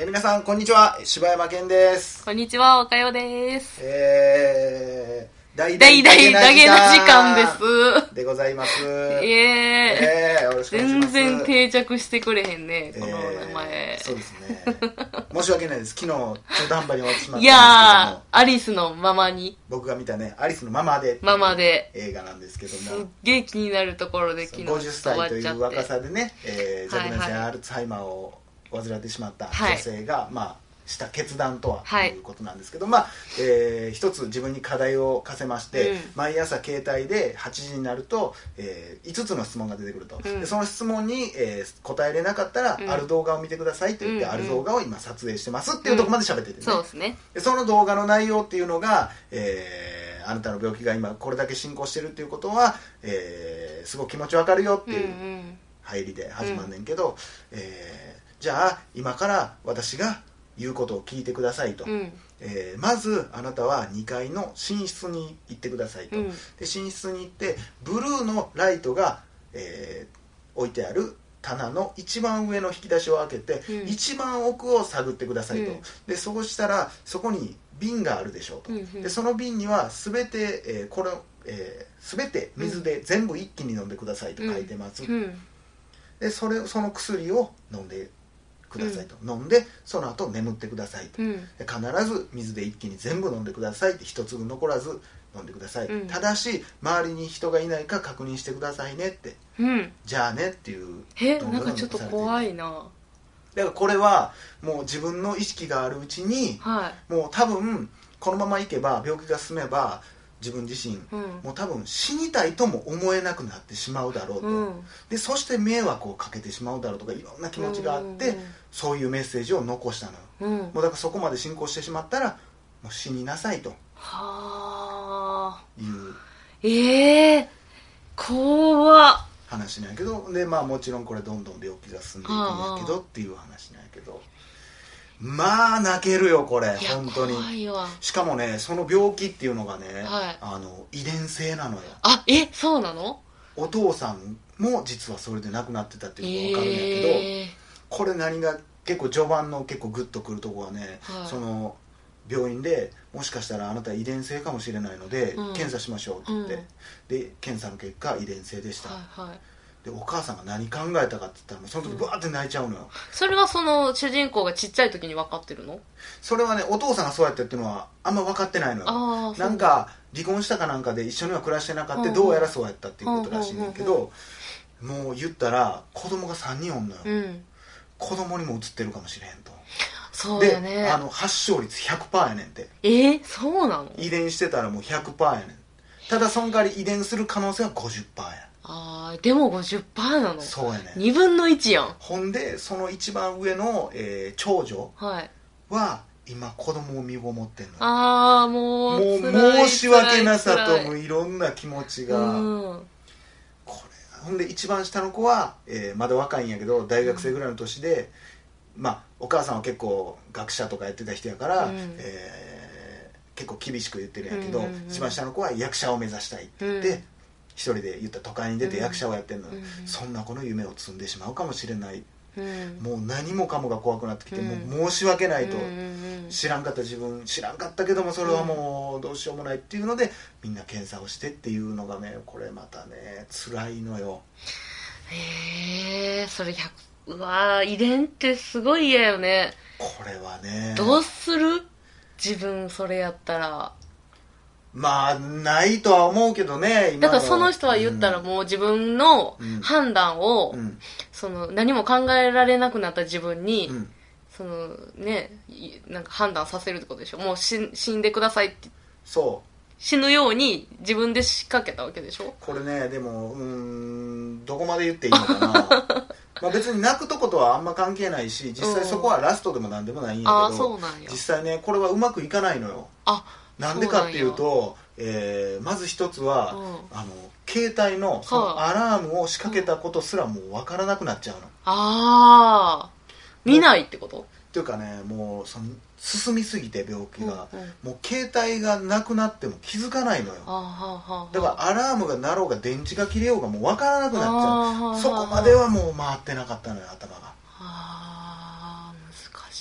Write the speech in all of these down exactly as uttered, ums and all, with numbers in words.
皆さんこんにちは、柴山健です。 こんにちは、おかよです。 えー、大大大だけな時間ですでございます。 イエーイ、 えー、よろしくお願いします。 全然定着してくれへんね、この名前、 えー、そうですね申し訳ないです。昨日中途半端に終わってしまったんですけども、 いやー、アリスのままに、 僕が見たね、アリスのままでママで映画なんですけども、 すっげー気になるところで昨日ごじゅっさいという若さでね、えー、若年性はいはいアルツハイマーを患ってしまった女性が、はい、まあした決断とはということなんですけど、はい、まあ、えー、一つ自分に課題を課せまして、うん、毎朝携帯ではちじになると、えー、いつつの質問が出てくると、うん、でその質問に、えー、答えれなかったら、うん、ある動画を見てくださいと言って、うん、ある動画を今撮影してますっていうところまで喋っててね、うん、 そうですね。 でその動画の内容っていうのが、えー、あなたの病気が今これだけ進行してるっていうことは、えー、すごく気持ちわかるよっていう入りで始まんねんけど、うん、えー、じゃあ今から私が言うことを聞いてくださいと、うん、えー、まずあなたはにかいの寝室に行ってくださいと、うん、で寝室に行ってブルーのライトが、えー、置いてある棚の一番上の引き出しを開けて、うん、一番奥を探ってくださいと、うん、でそうしたらそこに瓶があるでしょうと、うんうん、でその瓶には全て、えーこれえー、全て水で全部一気に飲んでくださいと書いてます、うんうん、でそれその薬を飲んでくださいと、うん、飲んでその後眠ってくださいと、うん、で必ず水で一気に全部飲んでくださいって一粒残らず飲んでください、うん、ただし周りに人がいないか確認してくださいねって、うん、じゃあねっていうえなんかちょっと怖いな。 だからこれはもう自分の意識があるうちに、はい、もう多分このままいけば病気が進めば自分自身、うん、もう多分死にたいとも思えなくなってしまうだろうと、うん、でそして迷惑をかけてしまうだろうとかいろんな気持ちがあって、うんうんうん、そういうメッセージを残したのよ、うん、もうだからそこまで進行してしまったらもう死になさいとはいうええー、怖っ話なんやけど、でまあもちろんこれどんどん病気が進んでいくんやけどっていう話なんやけど、まあ泣けるよこれ本当に。 怖いわ。 しかもねその病気っていうのがね、はい、あの遺伝性なのよ。 あえそうなの？ お父さんも実はそれで亡くなってたっていうのが分かるんやけど、えー、これ何が結構序盤の結構グッとくるとこはね、はい、その病院でもしかしたらあなた遺伝性かもしれないので、うん、検査しましょうって言って、うん、で検査の結果遺伝性でした、はいはい、でお母さんが何考えたかって言ったらもうその時ブワーって泣いちゃうのよ、うん、 それはその主人公がちっちゃい時に分かってるの？ それはねお父さんがそうやってっていうのはあんま分かってないのよ。あなんか離婚したかなんかで一緒には暮らしてなかった、どうやらそうやったっていうことらしいんだけど、もう言ったら子供がさんにんおんのよ、うん、子供にも移ってるかもしれへんと。 そうだね。 であの発症率 ひゃくパーセント やねんって。 えー、そうなの？ 遺伝してたらもう ひゃくパーセント やねん。ただその代わり遺伝する可能性は ごじゅっパーセント や。 あーでも ごじゅっパーセント なの？ そうやねん。 にぶんのいちやん。 ほんでその一番上の、えー、長女は、はい、今子供を身ごもってんの。 ああもうもう申し訳なさともいろんな気持ちが、うん、これほんで一番下の子は、えー、まだ若いんやけど大学生ぐらいの年で、うん、まあお母さんは結構学者とかやってた人やから、うん、えー、結構厳しく言ってるんやけど、うんうんうん、一番下の子は役者を目指したいって言って、うん、一人で言った都会に出て役者をやってんの、うんうん、そんな子の夢を積んでしまうかもしれない、うん、もう何もかもが怖くなってきて、うん、もう申し訳ないと、うん、知らんかった自分知らんかったけどもそれはもうどうしようもないっていうのでみんな検査をしてっていうのがねこれまたね辛いのよ。 へえそれひゃくうわ遺伝ってすごい嫌よね。 これはねどうする？自分それやったらまあないとは思うけどね。今だからその人は言ったらもう自分の判断を、うん、その何も考えられなくなった自分に、うん、そのねなんか判断させるってことでしょ。もう 死, 死んでくださいってそう死ぬように自分で仕掛けたわけでしょ。 これねでもうーんどこまで言っていいのかなまあ別に泣くとことはあんま関係ないし実際そこはラストでもなんでもないんやけど、あそうなんや。実際ねこれはうまくいかないのよ。あなんでかっていうと、えー、まず一つは、うん、あの携帯のそのアラームを仕掛けたことすらもう分からなくなっちゃうの、うん、ああ見ないってこと？ っていうかねもうその進みすぎて病気が、うんうん、もう携帯がなくなっても気づかないのよ。はあはあ、だからアラームが鳴ろうが電池が切れようがもう分からなくなっちゃう、はあ、そこまではもう回ってなかったのよ頭が。はあ難し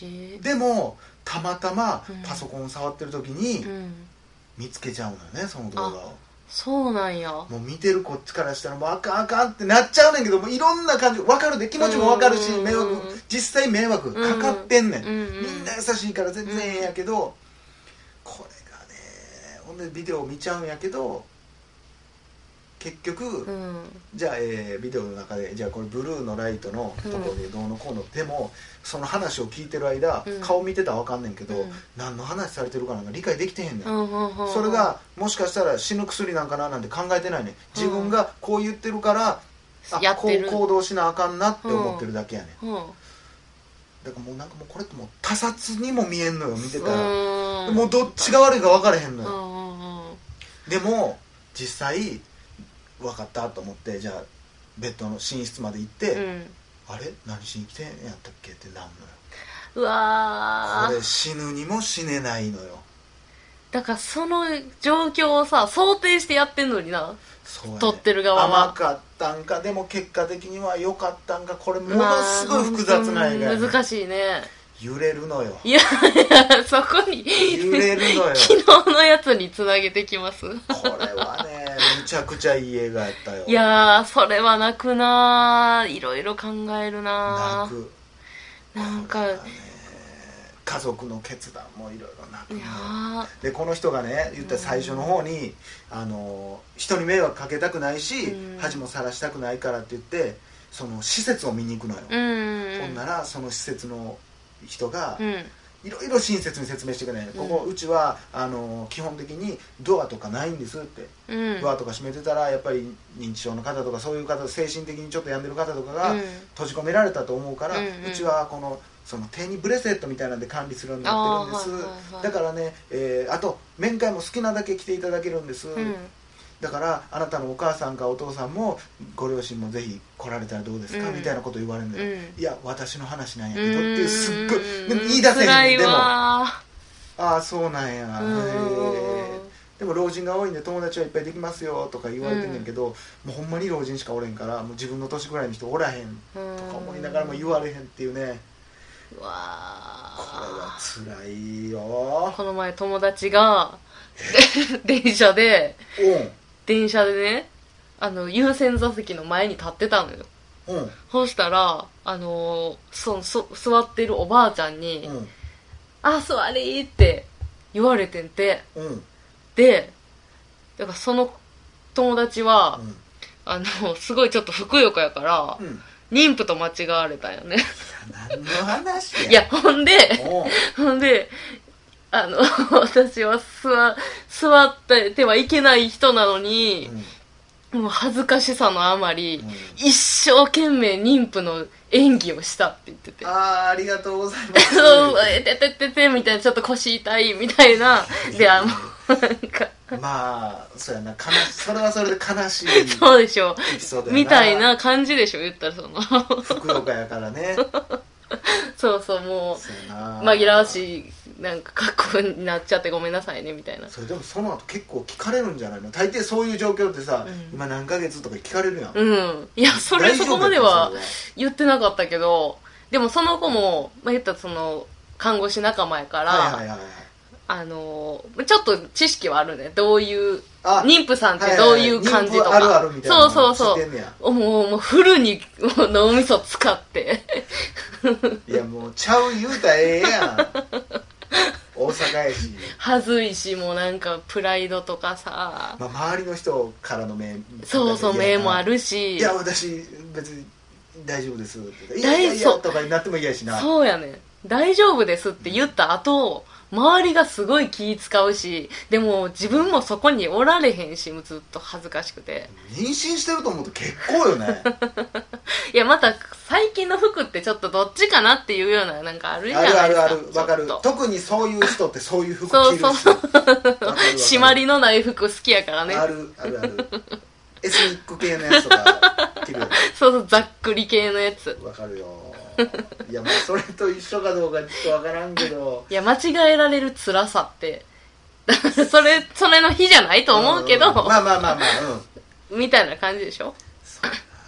しでもたまたまパソコン触ってる時に見つけちゃうのよね、その動画を。 そうなんや。 もう見てるこっちからしたらもうあかんあかんってなっちゃうねんけど、もういろんな感じ分かるで、気持ちも分かるし、迷惑実際迷惑かかってんねん、うんうん、みんな優しいから全然ええんやけど、うん、これがねほんでビデオ見ちゃうんやけど結局、うん、じゃあ、えー、ビデオの中でじゃあこれブルーのライトのところでどうのこうの、うん、でもその話を聞いてる間、うん、顔見てたら分かんねんけど、うん、何の話されてるかなんか理解できてへんねん、うん、それがもしかしたら死ぬ薬なんかななんて考えてないねん。自分がこう言ってるから、うん、あこう行動しなあかんなって思ってるだけやねん、うんうん、だからもうなんかもうこれってもう他殺にも見えんのよ、見てたらもうどっちが悪いか分からへんのよ。でも実際分かったと思ってじゃあベッドの寝室まで行って、うん、あれ何しに来てんやったっけってなんのよ。 うわこれ死ぬにも死ねないのよ。 だからその状況をさ想定してやってんのにな、そう、ね、撮ってる側は甘かったんかでも結果的には良かったんか、これものすごい複雑な映画やね、 まあ、難しいね。 揺れるのよ。 いやいやそこに揺れるのよ。 昨日のやつにつなげてきます。 これはねむちゃくちゃいい映画やったよ。 いやーそれは泣くな、いろいろ考えるな。泣く。なんか、ね、 家族の決断もいろいろ泣く。いやでこの人がね言った最初の方に、うん、あの人に迷惑かけたくないし、うん、恥もさらしたくないからって言ってその施設を見に行くのよ、うんうんうん、ほんならその施設の人が、うんいろいろ親切に説明してくれない、うん、ここうちはあの基本的にドアとかないんですって、うん、ドアとか閉めてたらやっぱり認知症の方とかそういう方精神的にちょっと病んでる方とかが閉じ込められたと思うから、うん、うちはこのその手にブレスレットみたいなんで管理するようになってるんです、はいはいはい、だからね、えー、あと面会も好きなだけ来ていただけるんです、うんだからあなたのお母さんかお父さんもご両親もぜひ来られたらどうですか、うん、みたいなこと言われるんだよ、うん、いや私の話なんやけどっていうすっごいでも言い出せへんでもああそうなんやでも老人が多いんで友達はいっぱいできますよとか言われてんねんけど、うん、もうほんまに老人しかおれんからもう自分の年ぐらいの人おらへんとか思いながらも言われへんっていうね。うわこれは辛いよ。 この前友達が電車で電車でねあの優先座席の前に立ってたのよ、うん、そうしたらあのそそ座ってるおばあちゃんに、うん、あ座りって言われてんて、うん、でだからその友達は、うん、あのすごいちょっとふくよかやから、うん、妊婦と間違われたんよね。 何の話や。 いやほんでほんであの私は座座ってはいけない人なのに、うん、もう恥ずかしさのあまり、うん、一生懸命妊婦の演技をしたって言ってて、 ああありがとうございますそうえててててみたいなちょっと腰痛いみたいなであもうなんかまあそうやな悲しそれはそれで悲しいそうでしょみたいな感じでしょ言ったらその福岡やからねそうそうもう紛らわしいなんか格好になっちゃってごめんなさいねみたいな。 それでもその後結構聞かれるんじゃないの。大抵そういう状況ってさ、うん、今何ヶ月とか聞かれるやん。 うんいやそれそこまでは言ってなかったけどでもその子も、まあ、言ったらその看護師仲間やから、はいはいはいはい、あのちょっと知識はあるね。どういう妊婦さんってどういう感じとか、はいはいはい、あるあるみたいなそうそうそうもうもうフルに脳みそ使っていやもうちゃう言うたらええやん大阪やしはずいしもうなんかプライドとかさ、 まあ、周りの人からの目そうそう目もあるしいや私別に大丈夫ですっていやいやいやとかになっても嫌やしな。 そうやね大丈夫ですって言った後、うん、周りがすごい気使うしでも自分もそこにおられへんしずっと恥ずかしくて妊娠してると思うと結構よねいやまた最近の服ってちょっとどっちかなっていうようななんかあるじゃないですか。 あるあるあるわかる。特にそういう人ってそういう服着るしそうそう締まりのない服好きやからね。 あるあるあるエスニック系のやつとか着るそうそうざっくり系のやつわかるよいやまあそれと一緒かどうかちょっとわからんけどいや間違えられる辛さってそれそれの日じゃないと思うけど、うんうん、 まあまあまあまあ、うん、 みたいな感じでしょ。 そうい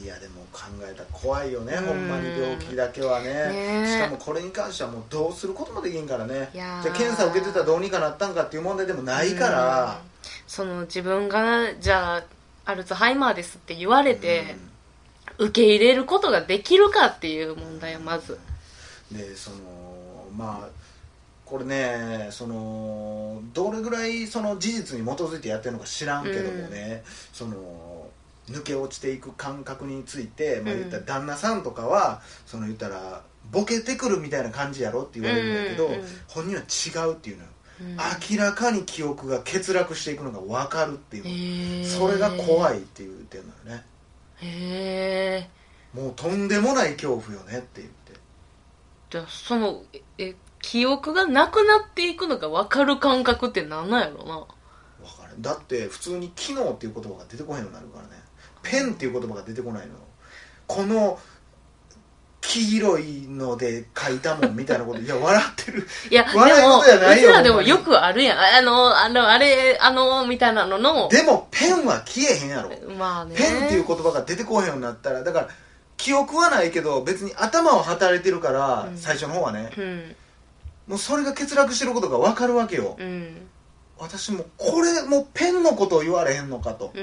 いやでも考えたら怖いよね、ほんまに病気だけは ね, ねしかもこれに関してはもうどうすることもできんからね。じゃあ検査受けてたらどうにかなったんかっていう問題でもないから、 その自分がじゃあアルツハイマーですって言われて、受け入れることができるかっていう問題はまずで、そのまあこれね、そのどれぐらいその事実に基づいてやってるのか知らんけどもね、うん、その抜け落ちていく感覚について、まあ、言ったら旦那さんとかはその言ったらボケてくるみたいな感じやろって言われるんだけど、うんうん、本人は違うっていうのよ、うん、明らかに記憶が欠落していくのが分かるっていう、それが怖いって言ってるのよね。へー、もうとんでもない恐怖よねって言って、 じゃあそのえ記憶がなくなっていくのが分かる感覚って何なんやろな。 分かる。だって普通に機能っていう言葉が出てこへんようになるからね。ペンっていう言葉が出てこないの。この黄色いので書いたもんみたいなこといや笑ってるいや笑い事じゃないよ。うちらでもよくあるやん、あのあのあれあのみたいなのの。 でもペンは消えへんやろ。まあね。ペンっていう言葉が出てこへんようになったら、だから記憶はないけど別に頭は働いてるから、うん、最初の方はね、うん、もうそれが欠落してることが分かるわけよ、うん、私もこれもうペンのことを言われへんのかと、うん、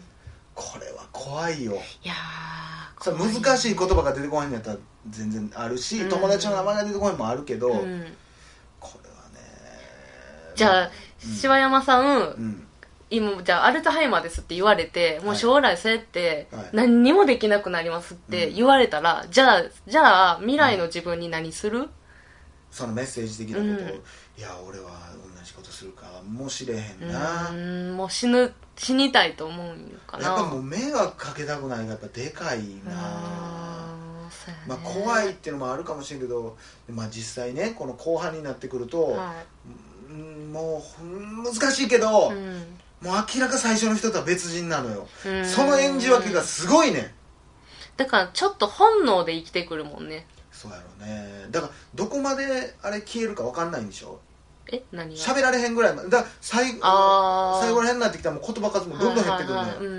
これは怖いよ。いやー、難しい言葉が出てこないんやったら全然あるし、うん、友達の名前が出てこないもあるけど、うん、これはね。 じゃあ、うん、柴山さん、うん、今じゃあアルツハイマーですって言われて、もう将来そうやって何にもできなくなりますって言われたら、はい、じゃあじゃあ未来の自分に何する？ そのメッセージ的なことを、うん、いや俺は同じことするかもしれへんな。 うーん、もう死ぬ死にたいと思うんかな。 やっぱもう迷惑かけたくないがやっぱでかいな。まあ怖いっていうのもあるかもしれんけど、まあ実際ねこの後半になってくると、はい、もう難しいけど、うん、もう明らか最初の人とは別人なのよ。その演じ分けがすごいね。 だからちょっと本能で生きてくるもんね。 そうやろうね。だからどこまであれ消えるか分かんないんでしょ。 え、何が喋られへんぐらいまでだから最後最後らへんになってきたらもう言葉数もどんどん減ってくるね、はいはいはい、うんうん、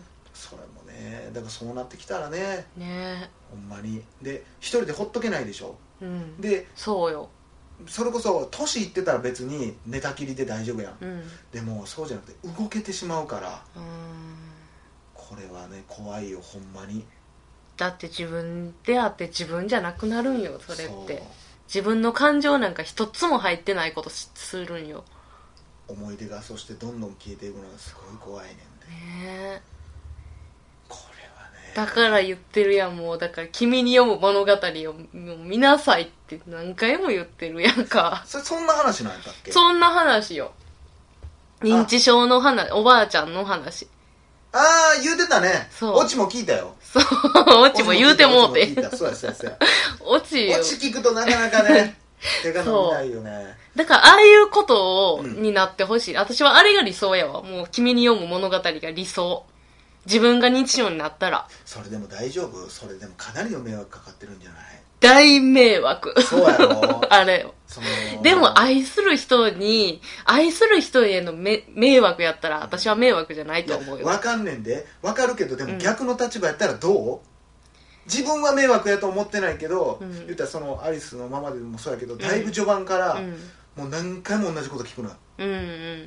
それもね。だからそうなってきたらね、ね、ほんまにで一人でほっとけないでしょ、うん、でそうよ。 それこそ年いってたら別に寝たきりで大丈夫やん、うん、でもそうじゃなくて動けてしまうから、うん、これはね怖いよほんまに。 だって自分であって自分じゃなくなるんよそれって。自分の感情なんか一つも入ってないことするんよ。 思い出がそしてどんどん消えていくのがすごい怖いねんね。ねこれはね。だから言ってるやんもう。だから君に読む物語をもう見なさいって何回も言ってるやんか。 それそんな話なんだっけ。 そんな話よ。認知症の話、おばあちゃんの話。 ああ言うてたね。オチも聞いたよ。 そうオチも言うてもうて。 そうやそうやそうや。 オチオチ聞くとなかなかね手が伸びないよね。 だからああいうことを、うん、になってほしい。私はあれが理想やわ。もう君に読む物語が理想。自分が認知症になったら。 それでも大丈夫？それでもかなりの迷惑かかってるんじゃない？ 大迷惑。 そうやろあれよ。でも愛する人に愛する人へのめ迷惑やったら私は迷惑じゃないと思うよ。 分かんねんで分かるけど、でも逆の立場やったらどう、うん、自分は迷惑やと思ってないけど、うん、言ったらそのアリスのままでもそうやけど、だいぶ序盤から、うん、もう何回も同じこと聞くのよ、うんうん、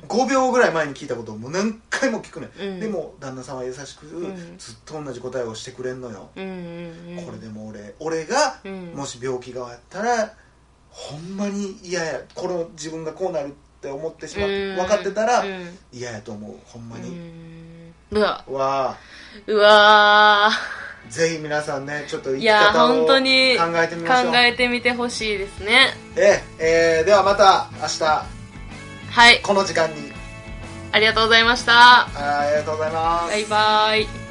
ごびょうぐらい前に聞いたことをもう何回も聞くのよ、うん、でも旦那さんは優しく、うん、ずっと同じ答えをしてくれんのよ、うんうんうん、これでも俺俺が、うん、もし病気があったらほんまに嫌や、この自分がこうなるって思ってしまって分かってたら嫌やと思う、ほんまに。 うわうわうわぜひ皆さんねちょっと生き方を考えてみましょう。 考えてみてほしいですね。 ええー、ではまた明日、 はい、 この時間にありがとうございました。 ありがとうございます。 バイバイ。